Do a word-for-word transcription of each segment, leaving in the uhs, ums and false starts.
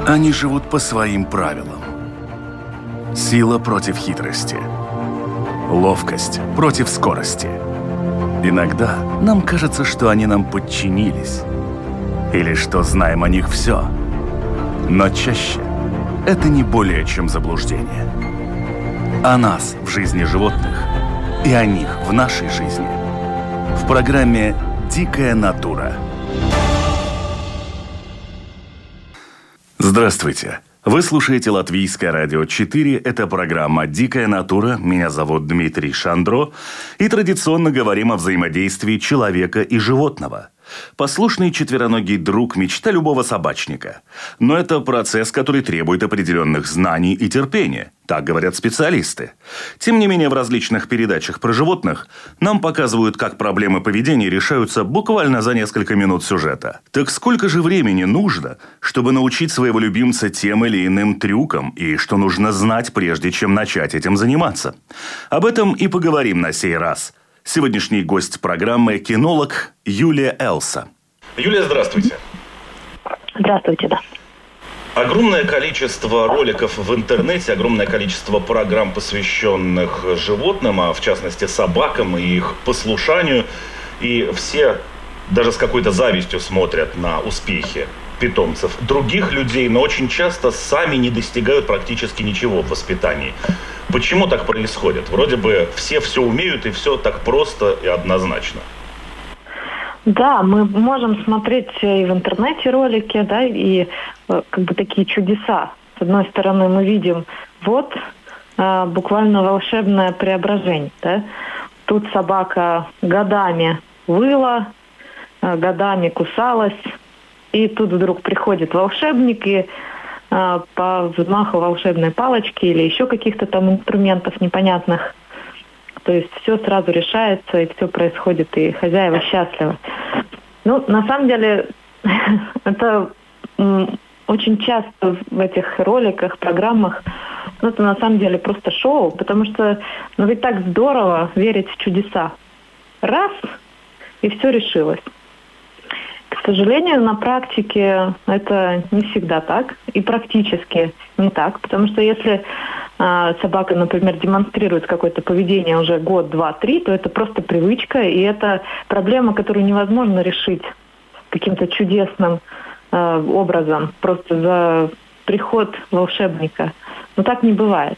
Они живут по своим правилам. Сила против хитрости. Ловкость против скорости. Иногда нам кажется, что они нам подчинились. Или что знаем о них все. Но чаще это не более чем заблуждение. О нас в жизни животных и о них в нашей жизни. В программе «Дикая натура». Здравствуйте! Вы слушаете Латвийское радио четыре. Это программа «Дикая натура». Меня зовут Дмитрий Шандро. И традиционно говорим о взаимодействии человека и животного. Послушный четвероногий друг – мечта любого собачника. Но это процесс, который требует определенных знаний и терпения. Так говорят специалисты. Тем не менее, в различных передачах про животных нам показывают, как проблемы поведения решаются буквально за несколько минут сюжета. Так сколько же времени нужно, чтобы научить своего любимца тем или иным трюкам, и что нужно знать, прежде чем начать этим заниматься? Об этом и поговорим на сей раз. Сегодняшний гость программы – кинолог Юлия Элса. Юлия, здравствуйте. Здравствуйте, да. Огромное количество роликов в интернете, огромное количество программ, посвященных животным, а в частности собакам и их послушанию. И все даже с какой-то завистью смотрят на успехи питомцев других людей, но очень часто сами не достигают практически ничего в воспитании. Почему так происходит? Вроде бы все все умеют и все так просто и однозначно. Да, мы можем смотреть и в интернете ролики, да, и как бы такие чудеса. С одной стороны, мы видим вот э, буквально волшебное преображение, да. Тут собака годами выла, э, годами кусалась, и тут вдруг приходит волшебник и э, по взмаху волшебной палочки или еще каких-то там инструментов непонятных. То есть все сразу решается, и все происходит, и хозяева счастливы. Ну, на самом деле, это м, очень часто в этих роликах, программах, ну, это на самом деле просто шоу, потому что, ну, ведь так здорово верить в чудеса. Раз, и все решилось. К сожалению, на практике это не всегда так, и практически не так, потому что если э, собака, например, демонстрирует какое-то поведение уже год, два, три, то это просто привычка, и это проблема, которую невозможно решить каким-то чудесным э, образом, просто за приход волшебника. Но так не бывает.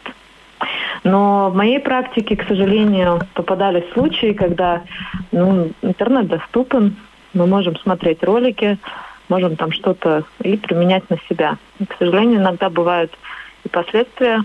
Но в моей практике, к сожалению, попадались случаи, когда ну, интернет доступен, мы можем смотреть ролики, можем там что-то и применять на себя. И, к сожалению, иногда бывают и последствия.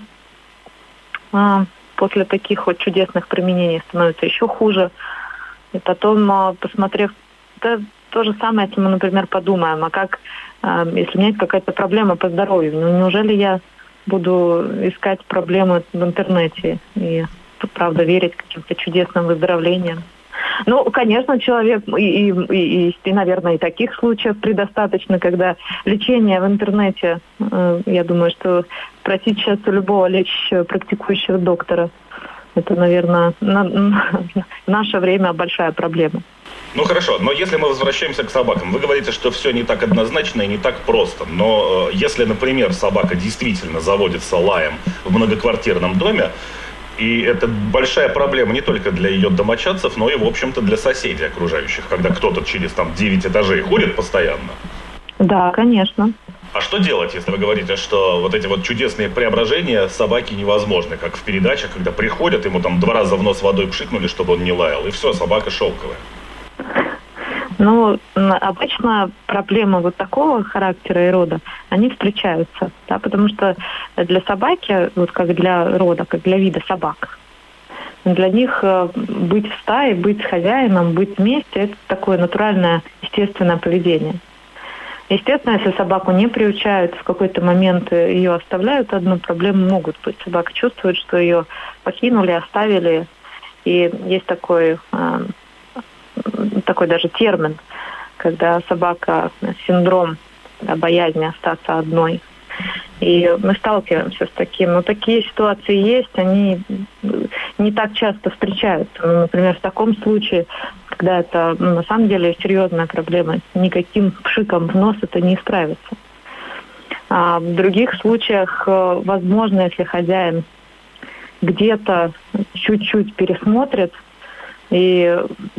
А, после таких вот чудесных применений становится еще хуже. И потом, а, посмотрев, да, то же самое, если мы, например, подумаем, а как, а, если у меня есть какая-то проблема по здоровью, ну неужели я буду искать проблемы в интернете и, правда, верить каким-то чудесным выздоровлениям? Ну, конечно, человек, и, и, и, и, наверное, и таких случаев предостаточно, когда лечение в интернете, э, я думаю, что спросить сейчас у любого лечащего, практикующего доктора, это, наверное, на, на, в наше время большая проблема. Ну хорошо, но если мы возвращаемся к собакам, вы говорите, что все не так однозначно и не так просто, но э, если, например, собака действительно заводится лаем в многоквартирном доме, и это большая проблема не только для ее домочадцев, но и, в общем-то, для соседей окружающих, когда кто-то через там девять этажей ходит постоянно. Да, конечно. А что делать, если вы говорите, что вот эти вот чудесные преображения собаки невозможны, как в передачах, когда приходят, ему там два раза в нос водой пшикнули, чтобы он не лаял, и все, собака шелковая? Ну, обычно проблемы вот такого характера и рода, они встречаются, да, потому что для собаки, вот как для рода, как для вида собак, для них быть в стае, быть с хозяином, быть вместе – это такое натуральное, естественное поведение. Естественно, если собаку не приучают, в какой-то момент ее оставляют, одну проблему могут быть. Собака чувствует, что ее покинули, оставили, и есть такой... такой даже термин, когда собака синдром да, боязни остаться одной. И мы сталкиваемся с таким. Но такие ситуации есть, они не так часто встречаются. Ну, например, в таком случае, когда это ну, на самом деле серьезная проблема, никаким пшиком в нос это не исправится. А в других случаях, возможно, если хозяин где-то чуть-чуть пересмотрит и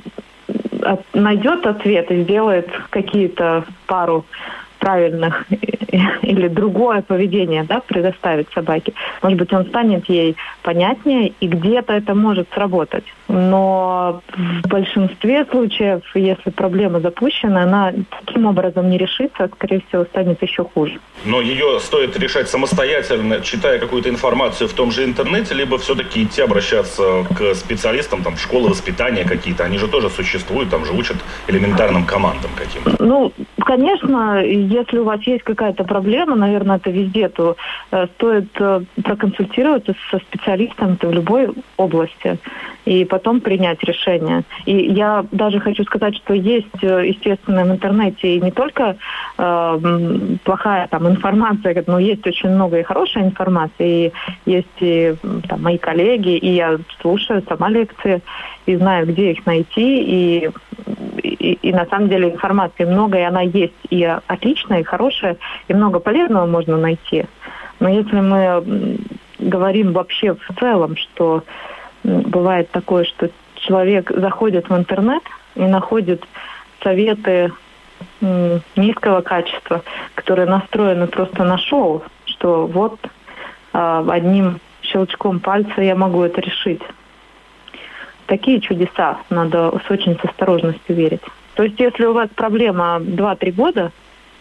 найдет ответ и сделает какие-то пару правильных или другое поведение, да, предоставить собаке. Может быть, он станет ей понятнее, и где-то это может сработать. Но в большинстве случаев, если проблема запущена, она таким образом не решится, а, скорее всего, станет еще хуже. Но ее стоит решать самостоятельно, читая какую-то информацию в том же интернете, либо все-таки идти обращаться к специалистам, там, школы воспитания какие-то, они же тоже существуют, там же учат элементарным командам каким-то. Ну, конечно, если у вас есть какая-то проблема, наверное, это везде, то э, стоит э, проконсультироваться со специалистом в любой области и потом принять решение. И я даже хочу сказать, что есть, естественно, в интернете и не только э, плохая там информация, но есть очень много и хорошей информации, и есть и там, мои коллеги, и я слушаю сама лекции, и знаю, где их найти, и, и, и на самом деле информации много, и она есть и отличная, и хорошая, и много полезного можно найти. Но если мы говорим вообще в целом, что бывает такое, что человек заходит в интернет и находит советы низкого качества, которые настроены просто на шоу, что вот одним щелчком пальца я могу это решить. Такие чудеса надо с очень с осторожностью верить. То есть, если у вас проблема два-три года,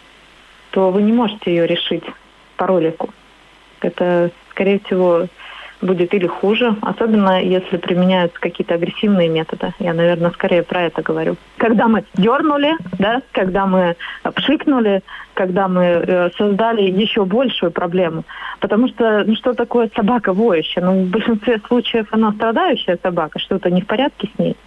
то вы не можете ее решить по ролику. Это, скорее всего, будет или хуже, особенно если применяются какие-то агрессивные методы. Я, наверное, скорее про это говорю. Когда мы дернули, да, когда мы пшикнули, когда мы э, создали еще большую проблему. Потому что, ну, что такое собака воющая? Ну, в большинстве случаев она страдающая собака, что-то не в порядке с ней.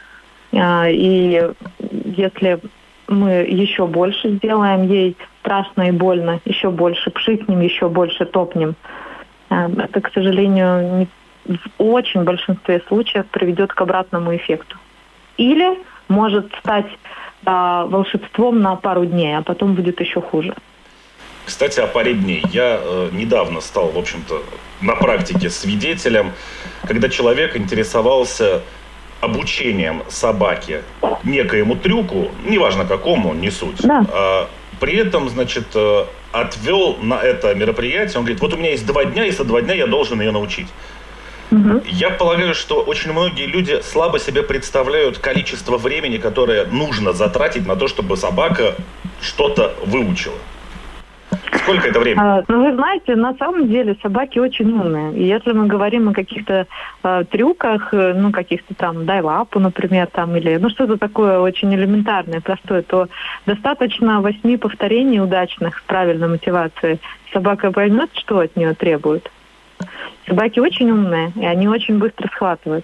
А, и если мы еще больше сделаем ей страшно и больно, еще больше пшикнем, еще больше топнем, это, к сожалению, в очень большинстве случаев приведет к обратному эффекту. Или может стать а, волшебством на пару дней, а потом будет еще хуже. Кстати, о паре дней. Я э, недавно стал, в общем-то, на практике свидетелем, когда человек интересовался обучением собаки некоему трюку, неважно какому, не суть. Да. А, при этом, значит, э, отвел на это мероприятие. Он говорит, вот у меня есть два дня, и за два дня я должен ее научить. Угу. Я полагаю, что очень многие люди слабо себе представляют количество времени, которое нужно затратить на то, чтобы собака что-то выучила. Сколько это времени? А, ну, вы знаете, на самом деле собаки очень умные. И если мы говорим о каких-то а, трюках, ну, каких-то там, дай лапу, например, там, или, ну, что-то такое очень элементарное, простое, то достаточно восьми повторений удачных с правильной мотивацией. Собака поймет, что от нее требуют. Собаки очень умные, и они очень быстро схватывают.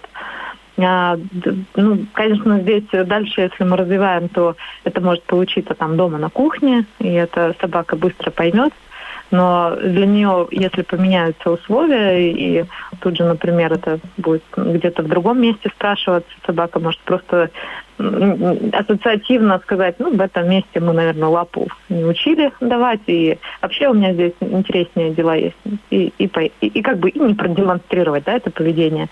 А, ну, конечно, здесь дальше, если мы развиваем, то это может получиться там дома на кухне, и эта собака быстро поймет. Но для нее, если поменяются условия, и тут же, например, это будет где-то в другом месте спрашиваться, собака может просто ассоциативно сказать, ну, в этом месте мы, наверное, лапу не учили давать, и вообще у меня здесь интереснее дела есть. И, и, и, и как бы и не продемонстрировать, да, это поведение.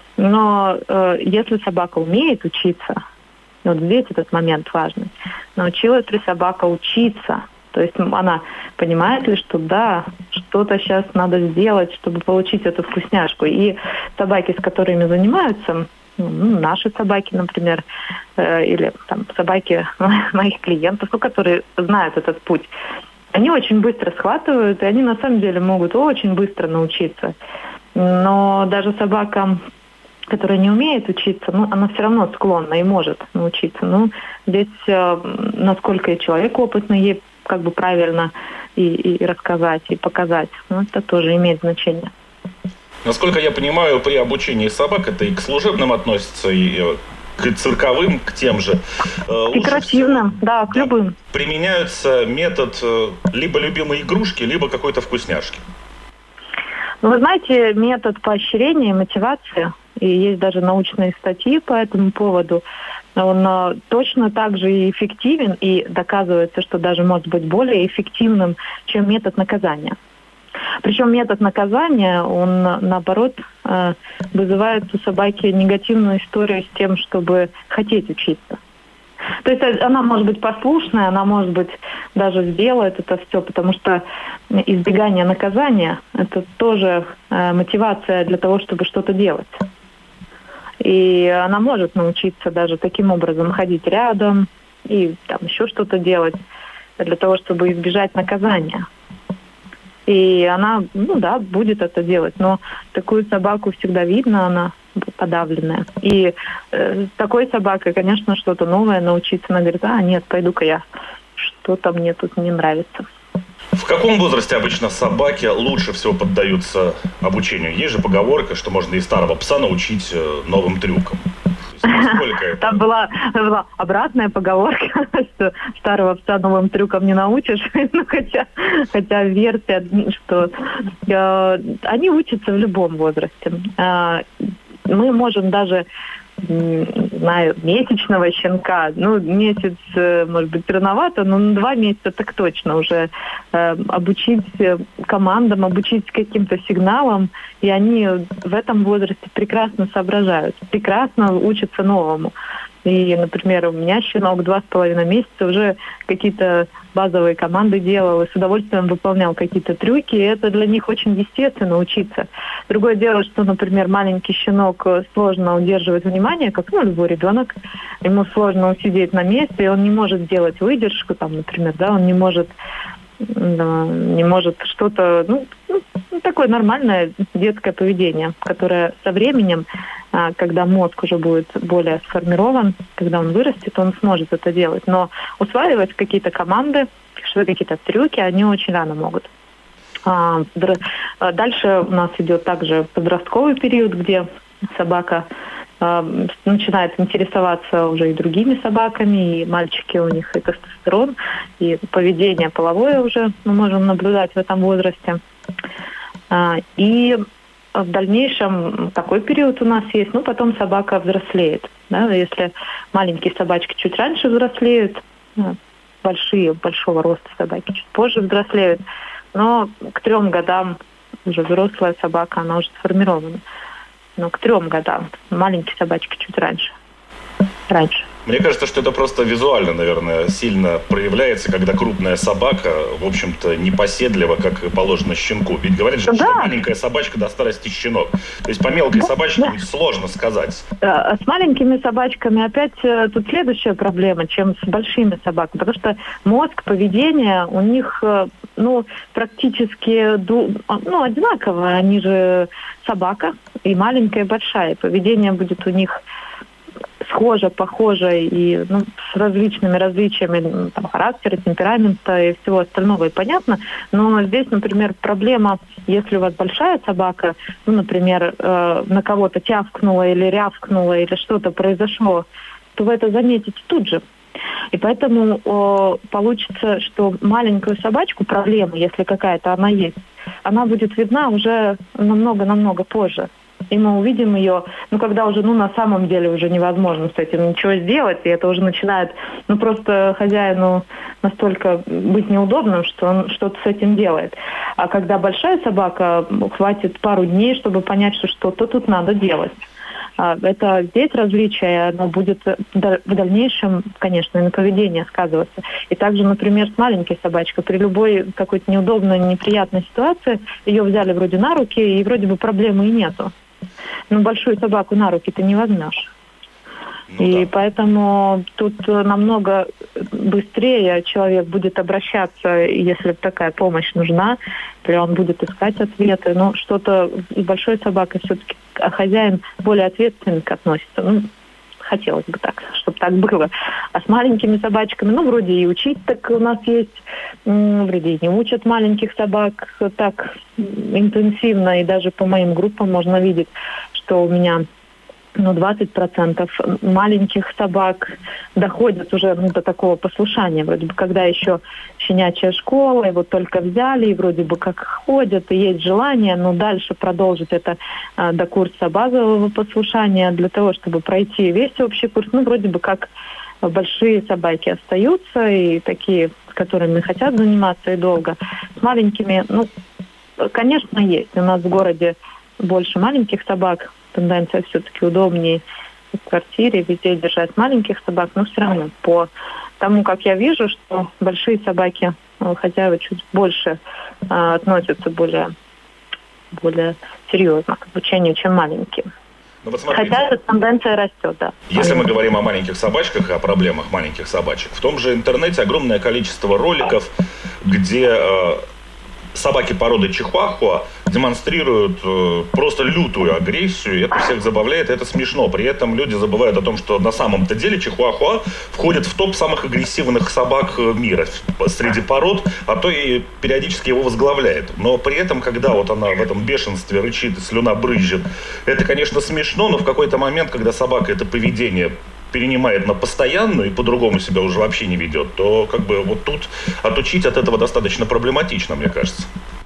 Но э, если собака умеет учиться, вот здесь этот момент важный, научилась ли собака учиться, то есть она понимает ли, что да, что-то сейчас надо сделать, чтобы получить эту вкусняшку. И собаки, с которыми занимаются, ну, наши собаки, например, э, или там собаки моих клиентов, ну, которые знают этот путь, они очень быстро схватывают, и они на самом деле могут очень быстро научиться. Но даже собака, которая не умеет учиться, ну, она все равно склонна и может научиться. Ну, здесь э, насколько и человек опытный, ей как бы правильно и, и рассказать, и показать, ну, это тоже имеет значение. Насколько я понимаю, при обучении собак это и к служебным относится, и к цирковым, к тем же. К декоративным, да, к да, любым. Применяется метод либо любимой игрушки, либо какой-то вкусняшки. Ну, вы знаете, метод поощрения и мотивации, и есть даже научные статьи по этому поводу, он точно так же и эффективен, и доказывается, что даже может быть более эффективным, чем метод наказания. Причем метод наказания, он, наоборот, вызывает у собаки негативную историю с тем, чтобы хотеть учиться. То есть она может быть послушная, она может быть даже сделает это все, потому что избегание наказания – это тоже мотивация для того, чтобы что-то делать. И она может научиться даже таким образом ходить рядом и там еще что-то делать для того, чтобы избежать наказания. И она, ну да, будет это делать, но такую собаку всегда видно, она подавленная. И э, с такой собакой, конечно, что-то новое научиться. Она говорит, а нет, пойду-ка я, что-то мне тут не нравится. В каком возрасте обычно собаки лучше всего поддаются обучению? Есть же поговорка, что можно и старого пса научить новым трюкам. Там была, была обратная поговорка, что старого пса новым трюкам не научишь. ну, хотя, хотя версия, что э, они учатся в любом возрасте. Э, мы можем даже, не знаю, месячного щенка, ну, месяц, может быть, рановато, но на два месяца так точно уже э, обучить командам, обучить каким-то сигналам, и они в этом возрасте прекрасно соображают, прекрасно учатся новому. И, например, у меня щенок два с половиной месяца уже какие-то базовые команды делал и с удовольствием выполнял какие-то трюки, и это для них очень естественно учиться. Другое дело, что, например, маленький щенок сложно удерживать внимание, как ну, любой ребенок, ему сложно усидеть на месте, и он не может сделать выдержку, там, например, да, он не может не может что-то, ну, ну, такое нормальное детское поведение, которое со временем, когда мозг уже будет более сформирован, когда он вырастет, он сможет это делать. Но усваивать какие-то команды, какие-то трюки, они очень рано могут. Дальше у нас идет также подростковый период, где собака начинает интересоваться уже и другими собаками, и мальчики, у них и тестостерон, и поведение половое уже мы можем наблюдать в этом возрасте. И в дальнейшем такой период у нас есть, ну, потом собака взрослеет. Да? Если маленькие собачки чуть раньше взрослеют, большие, большого роста собаки чуть позже взрослеют, но к трем годам уже взрослая собака, она уже сформирована. Но к трем годам. Маленькие собачки чуть раньше. Раньше. Мне кажется, что это просто визуально, наверное, сильно проявляется, когда крупная собака, в общем-то, непоседлива, как и положено щенку. Ведь говорят же, да. что маленькая собачка до старости щенок. То есть по мелкой да, собачке да. сложно сказать. А с маленькими собачками опять тут следующая проблема, чем с большими собаками. Потому что мозг, поведение у них ну, практически ну, одинаковое. Они же собака, и маленькая, и большая. Поведение будет у них схоже, похоже и ну, с различными различиями там, характера, темперамента и всего остального, и понятно. Но здесь, например, проблема, если у вас большая собака, ну, например, э, на кого-то тявкнула или рявкнула, или что-то произошло, то вы это заметите тут же. И поэтому э, получится, что маленькую собачку, проблема, если какая-то она есть, она будет видна уже намного-намного позже. И мы увидим ее, ну, когда уже, ну, на самом деле уже невозможно с этим ничего сделать, и это уже начинает, ну, просто хозяину настолько быть неудобным, что он что-то с этим делает. А когда большая собака, хватит пару дней, чтобы понять, что что-то тут надо делать. Это здесь различие, оно будет в дальнейшем, конечно, и на поведении сказываться. И также, например, с маленькой собачкой. При любой какой-то неудобной, неприятной ситуации ее взяли вроде на руки, и вроде бы проблемы и нету. Но большую собаку на руки ты не возьмешь. Ну, и да. поэтому тут намного быстрее человек будет обращаться, если такая помощь нужна, или он будет искать ответы. Но что-то с большой собакой все-таки хозяин более ответственно относится. Ну, хотелось бы так, чтобы так было. А с маленькими собачками, ну, вроде и учить так у нас есть, вроде и не учат маленьких собак так интенсивно, и даже по моим группам можно видеть, что у меня ну, двадцать процентов маленьких собак доходят уже ну, до такого послушания. Вроде бы, когда еще щенячья школа, и вот только взяли, и вроде бы как ходят, и есть желание, но дальше продолжить это а, до курса базового послушания для того, чтобы пройти весь общий курс. Ну, вроде бы как большие собаки остаются, и такие, с которыми хотят заниматься и долго. С маленькими, ну, конечно, есть. У нас в городе больше маленьких собак. Тенденция все-таки удобнее в квартире, везде держать маленьких собак, но все равно по тому, как я вижу, что большие собаки, хозяева чуть больше а, относятся более, более серьезно к обучению, чем маленькие. Ну, вот смотрите, хотя эта тенденция растет, да. Если мы говорим о маленьких собачках и о проблемах маленьких собачек, в том же интернете огромное количество роликов, где э, собаки породы чихуахуа демонстрируют э, просто лютую агрессию, и это всех забавляет, и это смешно. При этом люди забывают о том, что на самом-то деле чихуахуа входит в топ самых агрессивных собак мира среди пород, а то и периодически его возглавляет. Но при этом, когда вот она в этом бешенстве рычит и слюна брызжет, это, конечно, смешно, но в какой-то момент, когда собака это поведение перенимает на постоянную и по-другому себя уже вообще не ведет, то как бы вот тут отучить от этого достаточно проблематично, мне кажется.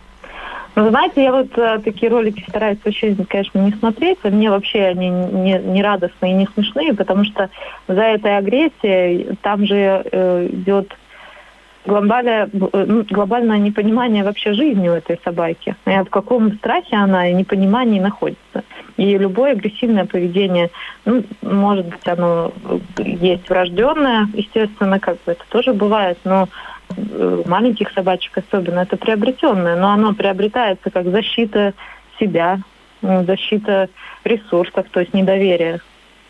Ну, знаете, я вот а, такие ролики стараюсь вообще, конечно, не смотреть. Мне вообще они не, не радостные и не смешные, потому что за этой агрессией там же э, идет глобальное, ну, глобальное непонимание вообще жизни у этой собаки. И в каком страхе она и непонимании находится. И любое агрессивное поведение, ну, может быть, оно есть врожденное, естественно, как бы это тоже бывает, но маленьких собачек особенно это приобретенное, но оно приобретается как защита себя, защита ресурсов, то есть недоверие.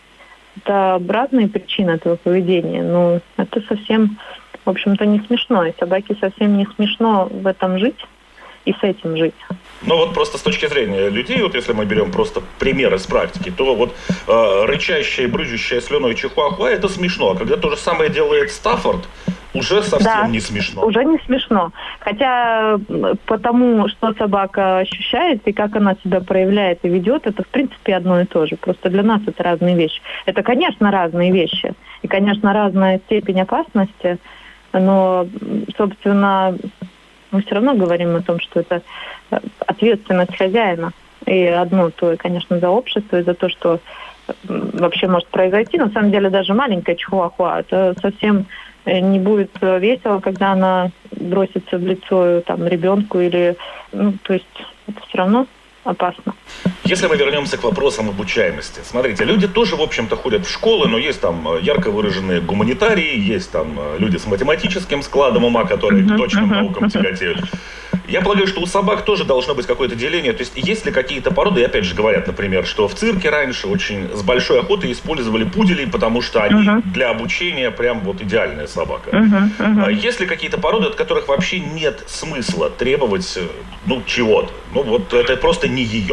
Это разные причины этого поведения, но это совсем, в общем-то, не смешно, и собаке совсем не смешно в этом жить и с этим жить. Ну вот просто с точки зрения людей, вот если мы берем просто примеры с практики, то вот э, рычащая и брызжущая слюной чихуахуа это смешно, а когда то же самое делает Стаффорд, уже совсем да, не смешно. Уже не смешно. Хотя потому, что собака ощущает и как она себя проявляет и ведет, это в принципе одно и то же. Просто для нас это разные вещи. Это, конечно, разные вещи. И, конечно, разная степень опасности, но, собственно, мы все равно говорим о том, что это ответственность хозяина. И одно то, конечно, за общество, и за то, что вообще может произойти. На самом деле даже маленькая чихуахуа, это совсем не будет весело, когда она бросится в лицо там, ребенку или... Ну, то есть это все равно опасно. Если мы вернемся к вопросам обучаемости. Смотрите, люди тоже, в общем-то, ходят в школы, но есть там ярко выраженные гуманитарии, есть там люди с математическим складом ума, которые uh-huh, к точным uh-huh, наукам uh-huh. тяготеют. Я полагаю, что у собак тоже должно быть какое-то деление. То есть есть ли какие-то породы, и опять же говорят, например, что в цирке раньше очень с большой охотой использовали пуделей, потому что они uh-huh. для обучения прям вот идеальная собака. Uh-huh, uh-huh. Есть ли какие-то породы, от которых вообще нет смысла требовать ну, чего-то? Ну вот это просто не ее.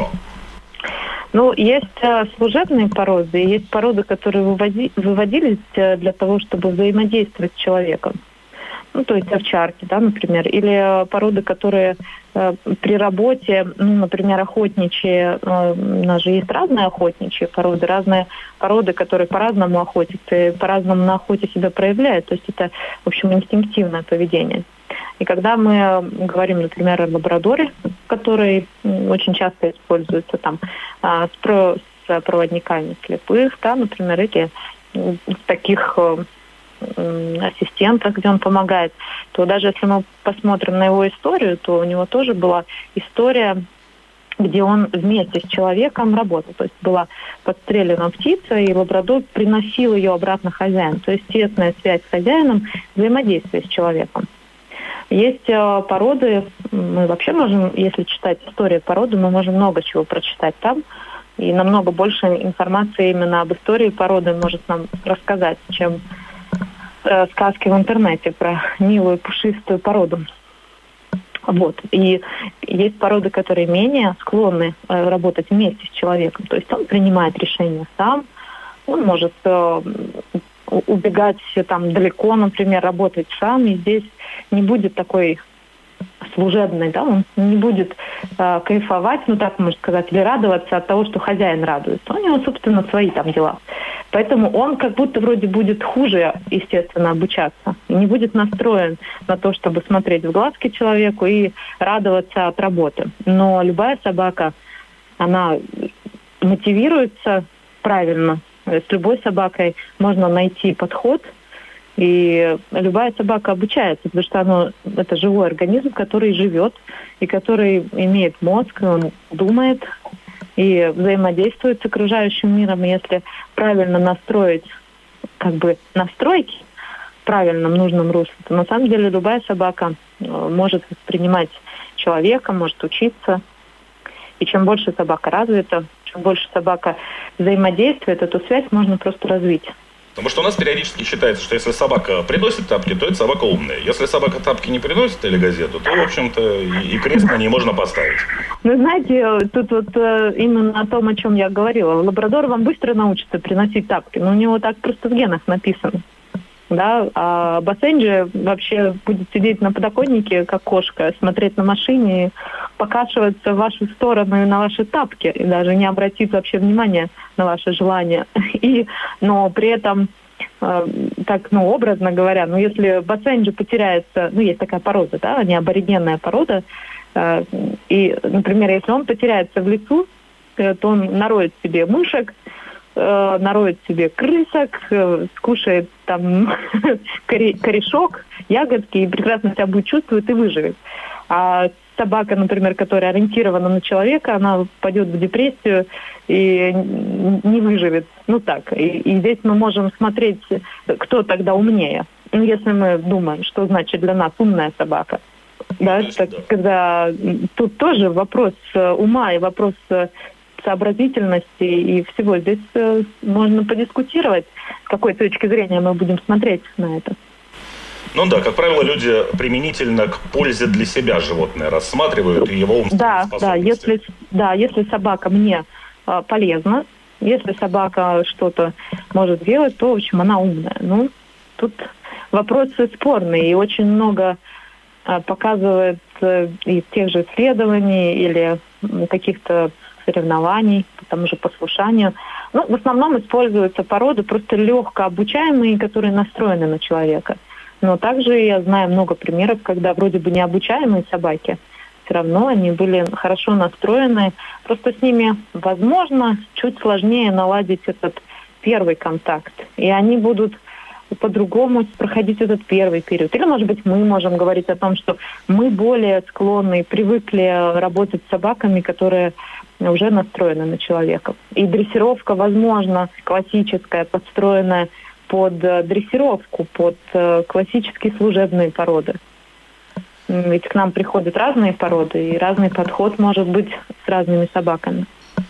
Ну, есть э, служебные породы, есть породы, которые выводи, выводились э, для того, чтобы взаимодействовать с человеком. Ну, то есть овчарки, да, например, или породы, которые э, при работе, ну, например, охотничьи, э, у нас же есть разные охотничьи породы, разные породы, которые по-разному охотятся и по-разному на охоте себя проявляют, то есть это, в общем, инстинктивное поведение. И когда мы говорим, например, о лабрадоре, который очень часто используется там с проводниками слепых, да, например, или в таких ассистентах, где он помогает, то даже если мы посмотрим на его историю, то у него тоже была история, где он вместе с человеком работал. То есть была подстрелена птица, и лабрадор приносил ее обратно хозяину. То есть тесная связь с хозяином, взаимодействие с человеком. Есть э, породы, мы вообще можем, если читать историю породы, мы можем много чего прочитать там, и намного больше информации именно об истории породы может нам рассказать, чем э, сказки в интернете про милую пушистую породу. Вот. И есть породы, которые менее склонны э, работать вместе с человеком, то есть он принимает решения сам, он может э, убегать там далеко, например, работать сам, и здесь не будет такой служебный, да, он не будет э, кайфовать, ну так можно сказать, или радоваться от того, что хозяин радуется. У него, собственно, свои там дела. Поэтому он как будто вроде будет хуже, естественно, обучаться. И не будет настроен на то, чтобы смотреть в глазки человеку и радоваться от работы. Но любая собака, она мотивируется правильно. С любой собакой можно найти подход. И любая собака обучается, потому что оно, это живой организм, который живет, и который имеет мозг, он думает и взаимодействует с окружающим миром. И если правильно настроить как бы настройки в правильном, нужном русле, то на самом деле любая собака может воспринимать человека, может учиться. И чем больше собака развита, чем больше собака взаимодействует, эту связь можно просто развить. Потому что у нас периодически считается, что если собака приносит тапки, то это собака умная. Если собака тапки не приносит или газету, то, в общем-то, и крест на ней можно поставить. Ну, знаете, тут вот э, именно о том, о чем я говорила. Лабрадор вам быстро научится приносить тапки, но у него так просто в генах написано. Да? А Бассенджи вообще будет сидеть на подоконнике, как кошка, смотреть на машине, покашиваться в вашу сторону и на ваши тапки, и даже не обратить вообще внимания на ваши желания. И, но при этом, э, так, ну, образно говоря, ну, если Бассенджи потеряется, ну, есть такая порода, да, не аборигенная порода, э, и, например, если он потеряется в лесу, э, то он нароет себе мышек, э, нароет себе крысок, э, скушает там корешок, ягодки, и прекрасно себя будет чувствовать и выживет. А собака, например, которая ориентирована на человека, она впадет в депрессию и не выживет. Ну так. И, и здесь мы можем смотреть, кто тогда умнее. Ну, если мы думаем, что значит для нас умная собака. Да, так, когда тут тоже вопрос ума и вопрос сообразительности и всего. Здесь можно подискутировать, с какой точки зрения мы будем смотреть на это. Ну да, как правило, люди применительно к пользе для себя животное рассматривают и его умственные да, способности. Да, если, да, если собака мне а, полезна, если собака что-то может делать, то, в общем, она умная. Ну, тут вопросы спорные, и очень много а, показывает а, из тех же исследований или каких-то соревнований, по тому же послушанию. Ну, в основном используются породы просто легко обучаемые, которые настроены на человека. Но также я знаю много примеров, когда вроде бы необучаемые собаки, все равно они были хорошо настроены. Просто с ними, возможно, чуть сложнее наладить этот первый контакт. И они будут по-другому проходить этот первый период. Или, может быть, мы можем говорить о том, что мы более склонны и привыкли работать с собаками, которые уже настроены на человека. И дрессировка, возможно, классическая, подстроенная под дрессировку, под классические служебные породы. Ведь к нам приходят разные породы, и разный подход может быть с разными собаками.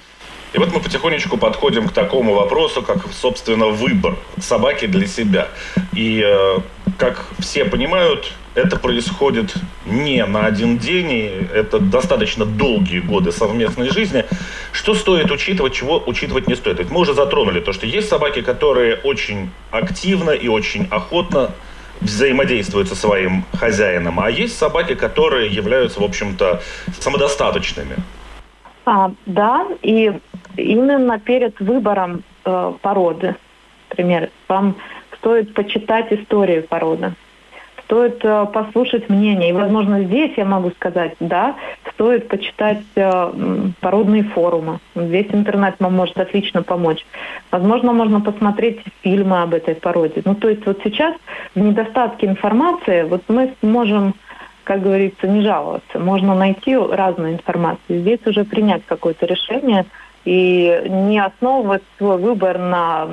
И вот мы потихонечку подходим к такому вопросу, как, собственно, выбор собаки для себя. И, как все понимают, это происходит не на один день, и это достаточно долгие годы совместной жизни. Что стоит учитывать, чего учитывать не стоит? Ведь мы уже затронули то, что есть собаки, которые очень активно и очень охотно взаимодействуют со своим хозяином, а есть собаки, которые являются, в общем-то, самодостаточными. А, да, и именно перед выбором э, породы, например, вам стоит почитать историю породы, стоит э, послушать мнение. И, возможно, здесь я могу сказать, да, стоит почитать э, породные форумы. Здесь интернет вам может отлично помочь. Возможно, можно посмотреть фильмы об этой породе. Ну, то есть вот сейчас в недостатке информации вот мы сможем, как говорится, не жаловаться. Можно найти разную информацию. Здесь уже принять какое-то решение и не основывать свой выбор на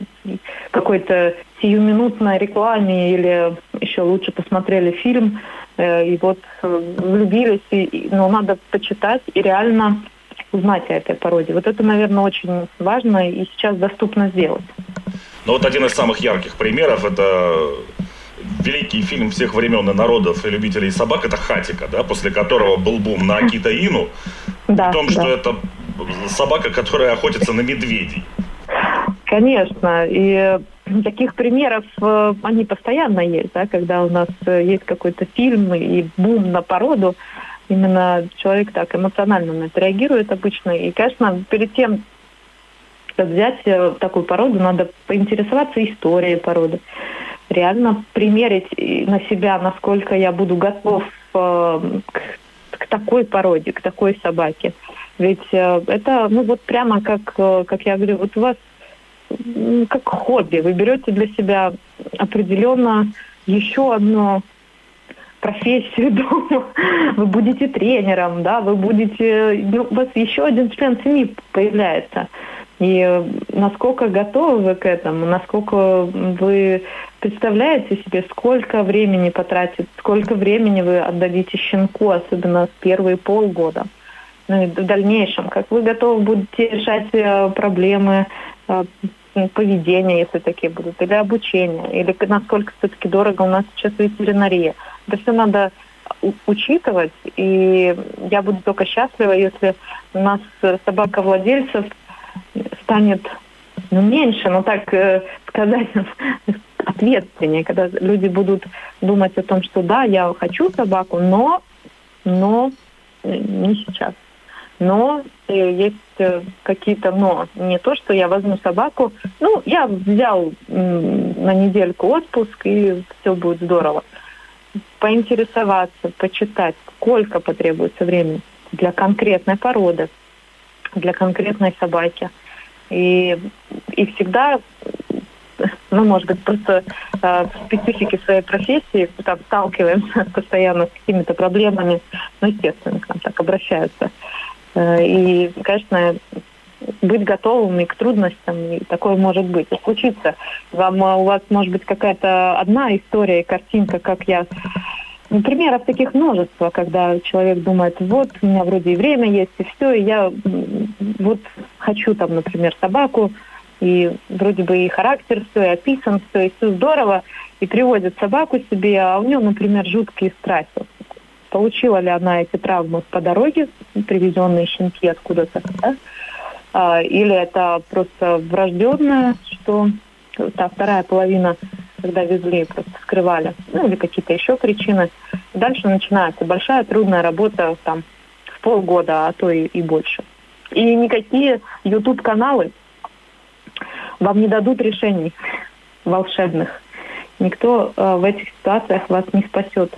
какой-то сиюминутной рекламе или еще лучше посмотрели фильм э, и вот влюбились. И, но надо почитать и реально узнать о этой породе. Вот это, наверное, очень важно и сейчас доступно сделать. Ну вот один из самых ярких примеров – это великий фильм всех времен и народов и любителей собак – это «Хатико», да, после которого был бум на Акита Ину, да, о том, да. что это собака, которая охотится на медведей. Конечно. И таких примеров, э, они постоянно есть, да, когда у нас э, есть какой-то фильм и бум на породу, именно человек так эмоционально на это реагирует обычно. И, конечно, перед тем, как взять э, такую породу, надо поинтересоваться историей породы. Реально примерить на себя, насколько я буду готов э, к, к такой породе, к такой собаке. Ведь э, это, ну вот прямо как, э, как я говорю, вот у вас э, как хобби. Вы берете для себя определенно еще одну профессию дома. Вы будете тренером, да, вы будете... Ну, у вас еще один член семьи появляется. И насколько готовы вы к этому, насколько вы представляете себе, сколько времени потратит, сколько времени вы отдадите щенку, особенно в первые полгода. Ну и в дальнейшем, как вы готовы будете решать проблемы поведения, если такие будут, или обучения, или насколько все-таки дорого у нас сейчас ветеринария. Это все надо учитывать, и я буду только счастлива, если у нас собака-владельцев станет, ну, меньше, но так э, сказать, ответственнее, когда люди будут думать о том, что да, я хочу собаку, но, но не сейчас. Но э, есть э, какие-то но. Не то, что я возьму собаку, ну, я взял м, на недельку отпуск, и все будет здорово. Поинтересоваться, почитать, сколько потребуется времени для конкретной породы, для конкретной собаки. И, и всегда, ну, может быть, просто э, в специфике своей профессии там сталкиваемся постоянно с какими-то проблемами, ну, естественно, к нам так обращаются. Э, и, конечно, быть готовыми к трудностям, и такое может быть. И случится. Вам, у вас может быть какая-то одна история и картинка, как я... Ну, примеров таких множество, когда человек думает, вот, у меня вроде и время есть, и все, и я вот хочу там, например, собаку, и вроде бы и характер все, и описан все, и все здорово, и приводит собаку себе, а у нее, например, жуткие страхи. Получила ли она эти травмы по дороге, привезенные щенки откуда-то, да? а, или это просто врожденное, что та вторая половина, когда везли, просто скрывали, ну или какие-то еще причины. Дальше начинается большая трудная работа там в полгода, а то и, и больше. И никакие YouTube-каналы вам не дадут решений волшебных. Никто э, в этих ситуациях вас не спасет.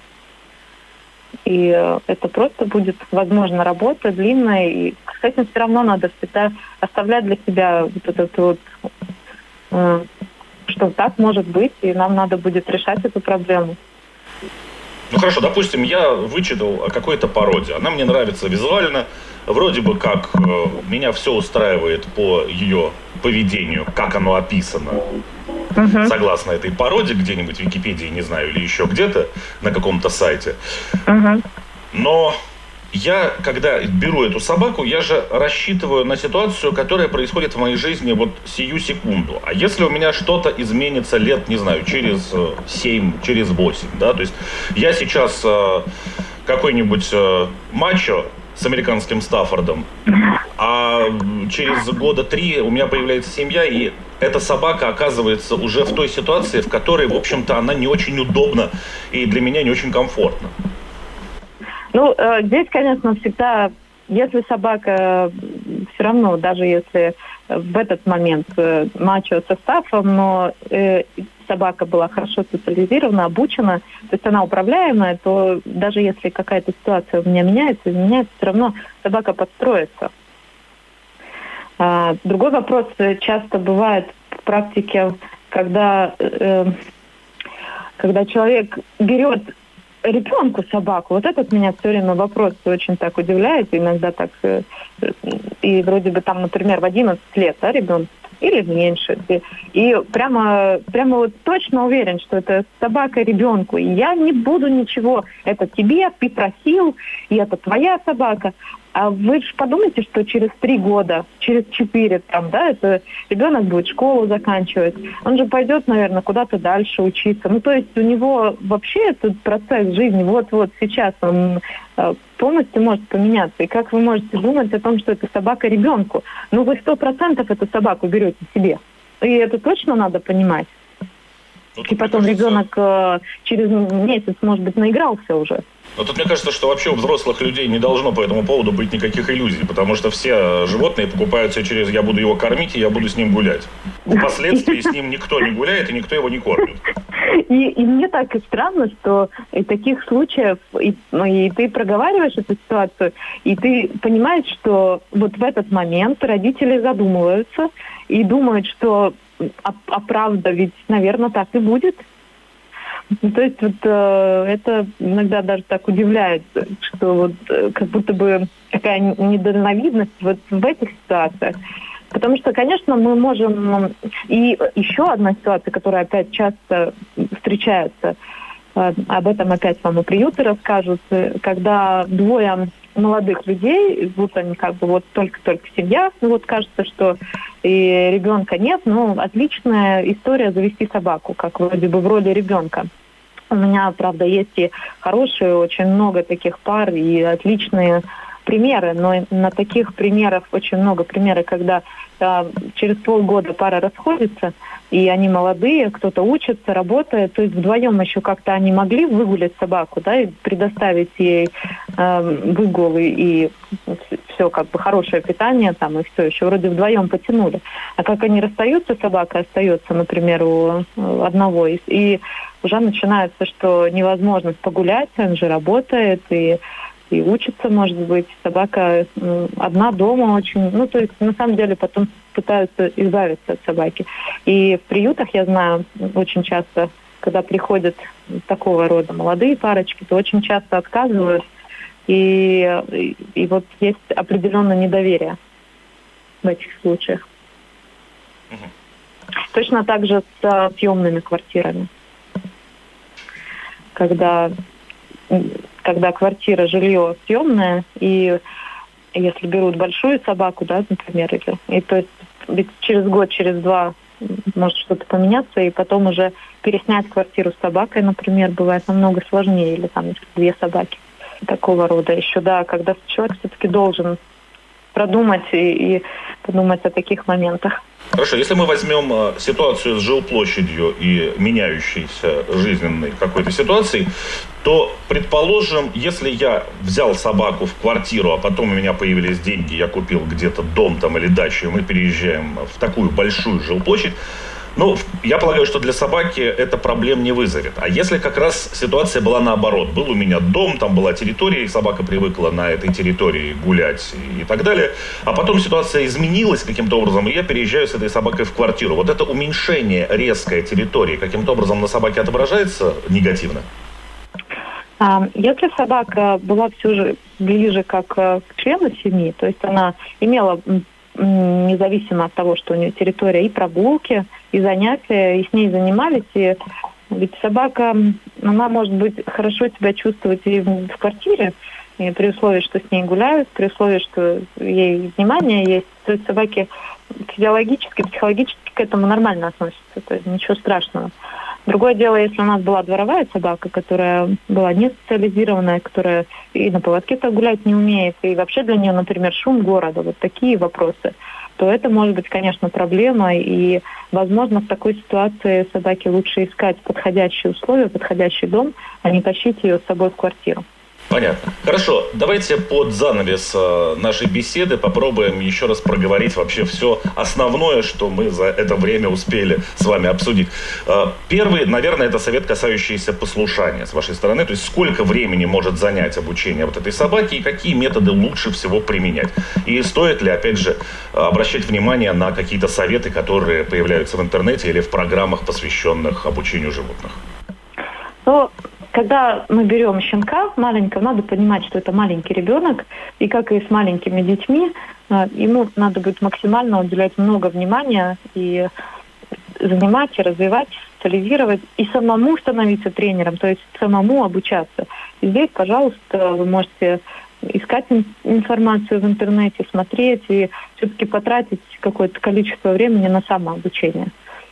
И э, это просто будет, возможно, работа длинная, и с этим все равно надо всегда оставлять для себя вот этот вот... Э, что так может быть, и нам надо будет решать эту проблему. Ну хорошо, допустим, я вычитал о какой-то породе. Она мне нравится визуально. Вроде бы как э, меня все устраивает по ее поведению, как оно описано. Uh-huh. Согласно этой породе, где-нибудь в Википедии, не знаю, или еще где-то, на каком-то сайте. Uh-huh. Но я, когда беру эту собаку, я же рассчитываю на ситуацию, которая происходит в моей жизни вот сию секунду. А если у меня что-то изменится лет, не знаю, через семь, через восемь, да, то есть я сейчас э, какой-нибудь э, мачо с американским Стаффордом, а через года три у меня появляется семья, и эта собака оказывается уже в той ситуации, в которой, в общем-то, она не очень удобна и для меня не очень комфортна. Ну, э, здесь, конечно, всегда, если собака, все равно, даже если в этот момент э, мачо со стаффом, но э, собака была хорошо социализирована, обучена, то есть она управляемая, то даже если какая-то ситуация у меня меняется, изменяется, все равно собака подстроится. А, другой вопрос часто бывает в практике, когда, э, когда человек берет ребенку собаку. Вот этот меня все время вопрос очень так удивляет, иногда так, и вроде бы там, например, в одиннадцать лет, да, ребенок, или меньше. И, и прямо, прямо вот точно уверен, что это собака ребенку. И я не буду ничего, это тебе, ты просил, и это твоя собака. А вы же подумайте, что через три года, через четыре, там, да, это ребенок будет школу заканчивать. Он же пойдет, наверное, куда-то дальше учиться. Ну, то есть у него вообще этот процесс жизни вот-вот сейчас, он э, полностью может поменяться. И как вы можете думать о том, что это собака ребенку? Ну, вы сто процентов эту собаку берете себе. И это точно надо понимать. Ну, и потом кажется... ребенок э, через месяц, может быть, наигрался уже. Но тут мне кажется, что вообще у взрослых людей не должно по этому поводу быть никаких иллюзий, потому что все животные покупаются через «я буду его кормить, и я буду с ним гулять». Впоследствии с ним никто не гуляет, и никто его не кормит. И, и мне так и странно, что и таких случаев, и, ну, и ты проговариваешь эту ситуацию, и ты понимаешь, что вот в этот момент родители задумываются и думают, что а, а правда, ведь, наверное, так и будет. Ну, то есть вот э, это иногда даже так удивляет, что вот э, как будто бы такая недальновидность вот в этих ситуациях. Потому что, конечно, мы можем... И еще одна ситуация, которая опять часто встречается, э, об этом опять вам и приюты расскажут, когда двое молодых людей, вот они как бы вот только-только семья, ну вот кажется, что и ребенка нет, но отличная история завести собаку, как вроде бы в роли ребенка. У меня, правда, есть и хорошие, очень много таких пар и отличные примеры, но на таких примерах очень много примеров, когда э, через полгода пара расходится, и они молодые, кто-то учится, работает, то есть вдвоем еще как-то они могли выгулять собаку, да, и предоставить ей э, выгул и, и все как бы хорошее питание там, и все еще вроде вдвоем потянули. А как они расстаются, собака остается, например, у одного, и, и уже начинается, что невозможно погулять, он же работает, и и учится, может быть. Собака ну, одна дома очень... Ну, то есть, на самом деле, потом пытаются избавиться от собаки. И в приютах, я знаю, очень часто, когда приходят такого рода молодые парочки, то очень часто отказывают. И, и, и вот есть определенное недоверие в этих случаях. Угу. Точно так же с съемными квартирами. Когда... когда квартира, жилье съемное, и если берут большую собаку, да, например, или, и то есть ведь через год, через два может что-то поменяться, и потом уже переснять квартиру с собакой, например, бывает намного сложнее, или там если две собаки такого рода еще, да, когда человек все-таки должен продумать и, и подумать о таких моментах. Хорошо, если мы возьмем ситуацию с жилплощадью и меняющейся жизненной какой-то ситуацией, то, предположим, если я взял собаку в квартиру, а потом у меня появились деньги, я купил где-то дом там или дачу, и мы переезжаем в такую большую жилплощадь, ну, я полагаю, что для собаки это проблем не вызовет. А если как раз ситуация была наоборот, был у меня дом, там была территория, и собака привыкла на этой территории гулять и так далее, а потом ситуация изменилась каким-то образом, и я переезжаю с этой собакой в квартиру. Вот это уменьшение резкой территории каким-то образом на собаке отображается негативно? Если собака была все же ближе как к члену семьи, то есть она имела... независимо от того, что у нее территория, и прогулки, и занятия, и с ней занимались. И ведь собака, она может быть хорошо себя чувствовать и в квартире, и при условии, что с ней гуляют, при условии, что ей внимание есть. То есть собаки физиологически, психологически к этому нормально относятся, то есть ничего страшного. Другое дело, если у нас была дворовая собака, которая была не социализированная, которая и на поводке-то гулять не умеет, и вообще для нее, например, шум города, вот такие вопросы, то это может быть, конечно, проблема, и, возможно, в такой ситуации собаке лучше искать подходящие условия, подходящий дом, а не тащить ее с собой в квартиру. Понятно. Хорошо, давайте под занавес нашей беседы попробуем еще раз проговорить вообще все основное, что мы за это время успели с вами обсудить. Первый, наверное, это совет, касающийся послушания с вашей стороны. То есть сколько времени может занять обучение вот этой собаки и какие методы лучше всего применять. И стоит ли, опять же, обращать внимание на какие-то советы, которые появляются в интернете или в программах, посвященных обучению животных? Ну, когда мы берем щенка маленького, надо понимать, что это маленький ребенок, и как и с маленькими детьми, ему надо будет максимально уделять много внимания и занимать, и развивать, социализировать, и самому становиться тренером, то есть самому обучаться. И здесь, пожалуйста, вы можете искать информацию в интернете, смотреть и все-таки потратить какое-то количество времени на самообучение.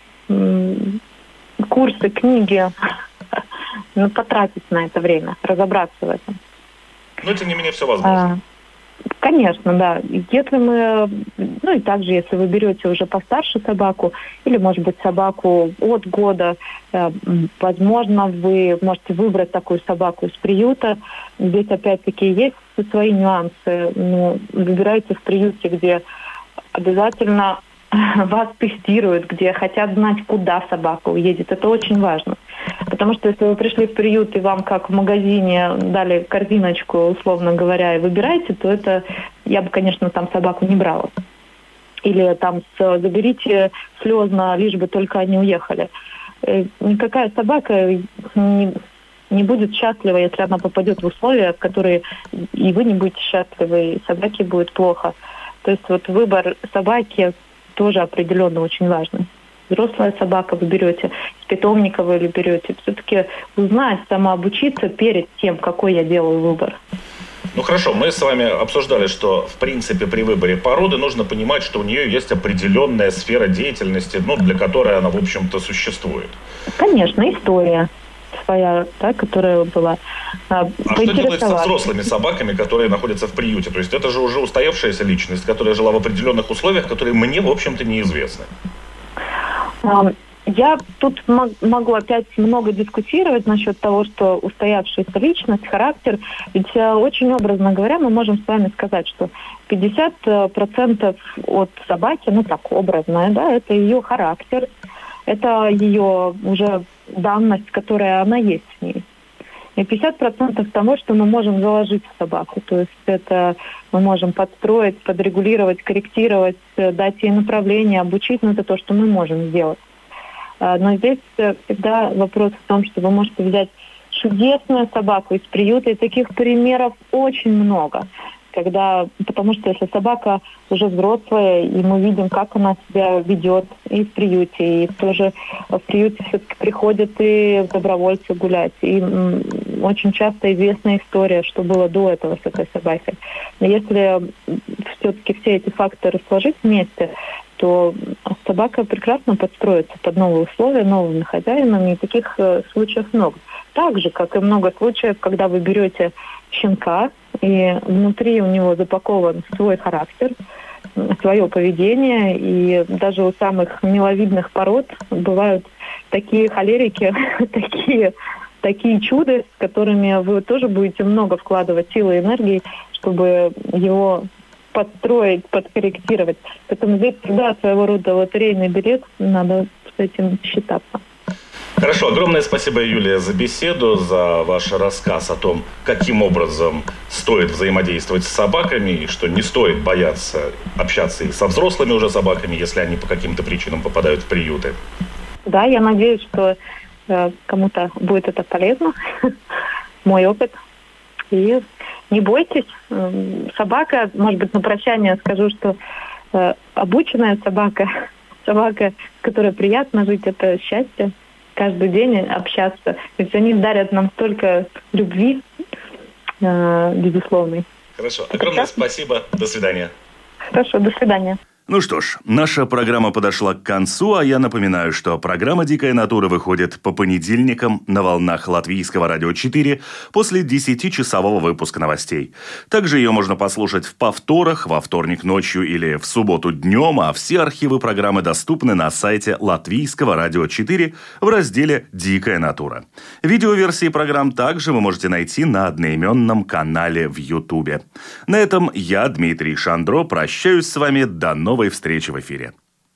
Курсы, книги... Ну, потратить на это время, разобраться в этом. Но, тем не менее, все возможно. Конечно, да. Если мы, ну и также, если вы берете уже постарше собаку, или, может быть, собаку от года, возможно, вы можете выбрать такую собаку из приюта. Здесь, опять-таки, есть свои нюансы. Ну, выбирайте в приюте, где обязательно вас тестируют, где хотят знать, куда собака уедет. Это очень важно. Потому что если вы пришли в приют и вам, как в магазине, дали корзиночку, условно говоря, и выбираете, то это я бы, конечно, там собаку не брала. Или там с, заберите слезно, лишь бы только они уехали. Никакая собака не, не будет счастлива, если она попадет в условия, в которые и вы не будете счастливы, и собаке будет плохо. То есть вот выбор собаки тоже определенно очень важный. Взрослая собака вы берете, с питомника вы или берете. Все-таки узнать, самообучиться перед тем, какой я делаю выбор. Ну хорошо, мы с вами обсуждали, что в принципе при выборе породы нужно понимать, что у нее есть определенная сфера деятельности, ну, для которой она, в общем-то, существует. Конечно, история своя, да, которая была. А что делать со взрослыми собаками, которые находятся в приюте? То есть это же уже устоявшаяся личность, которая жила в определенных условиях, которые мне, в общем-то, неизвестны. Я тут могу опять много дискутировать насчет того, что устоявшаяся личность, характер. Ведь очень образно говоря, мы можем с вами сказать, что пятьдесят процентов от собаки, ну так образно, да, это ее характер, это ее уже данность, которая она есть в ней. И пятьдесят процентов того, что мы можем заложить в собаку. То есть это мы можем подстроить, подрегулировать, корректировать, дать ей направление, обучить, но это то, что мы можем сделать. Но здесь всегда вопрос в том, что вы можете взять чудесную собаку из приюта, и таких примеров очень много. Когда, потому что если собака уже взрослая, и мы видим, как она себя ведет и в приюте, и тоже в приюте все-таки приходят и добровольцы гулять. И м, очень часто известная история, что было до этого с этой собакой. Но если все-таки все эти факторы сложить вместе, то собака прекрасно подстроится под новые условия, новыми хозяинами, и таких э, случаев много. Так же, как и много случаев, когда вы берете щенка, и внутри у него запакован свой характер, свое поведение, и даже у самых миловидных пород бывают такие холерики, такие, такие чуды, с которыми вы тоже будете много вкладывать силы и энергии, чтобы его подстроить, подкорректировать. Поэтому здесь всегда своего рода лотерейный билет, надо с этим считаться. Хорошо, огромное спасибо, Юлия, за беседу, за ваш рассказ о том, каким образом стоит взаимодействовать с собаками, и что не стоит бояться общаться и со взрослыми уже собаками, если они по каким-то причинам попадают в приюты. Да, я надеюсь, что э, кому-то будет это полезно, мой опыт. И не бойтесь, собака, может быть, на прощание скажу, что э, обученная собака, собака, с которой приятно жить, это счастье. Каждый день общаться. Ведь они дарят нам столько любви, э, безусловной. Хорошо. Огромное спасибо. До свидания. Хорошо, до свидания. Ну что ж, наша программа подошла к концу, а я напоминаю, что программа «Дикая натура» выходит по понедельникам на волнах Латвийского радио четыре после десятичасового выпуска новостей. Также ее можно послушать в повторах, во вторник ночью или в субботу днем, а все архивы программы доступны на сайте Латвийского радио четыре в разделе «Дикая натура». Видеоверсии программ также вы можете найти на одноименном канале в Ютубе. На этом я, Дмитрий Шандро, прощаюсь с вами до новых Новой встречи в эфире.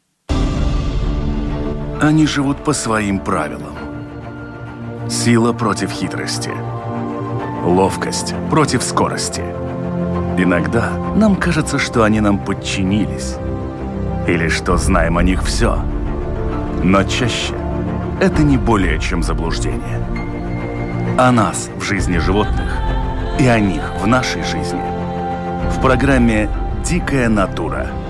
Они живут по своим правилам. Сила против хитрости. Ловкость против скорости. Иногда нам кажется, что они нам подчинились. Или что знаем о них все. Но чаще это не более чем заблуждение. О нас в жизни животных и о них в нашей жизни. В программе «Дикая натура».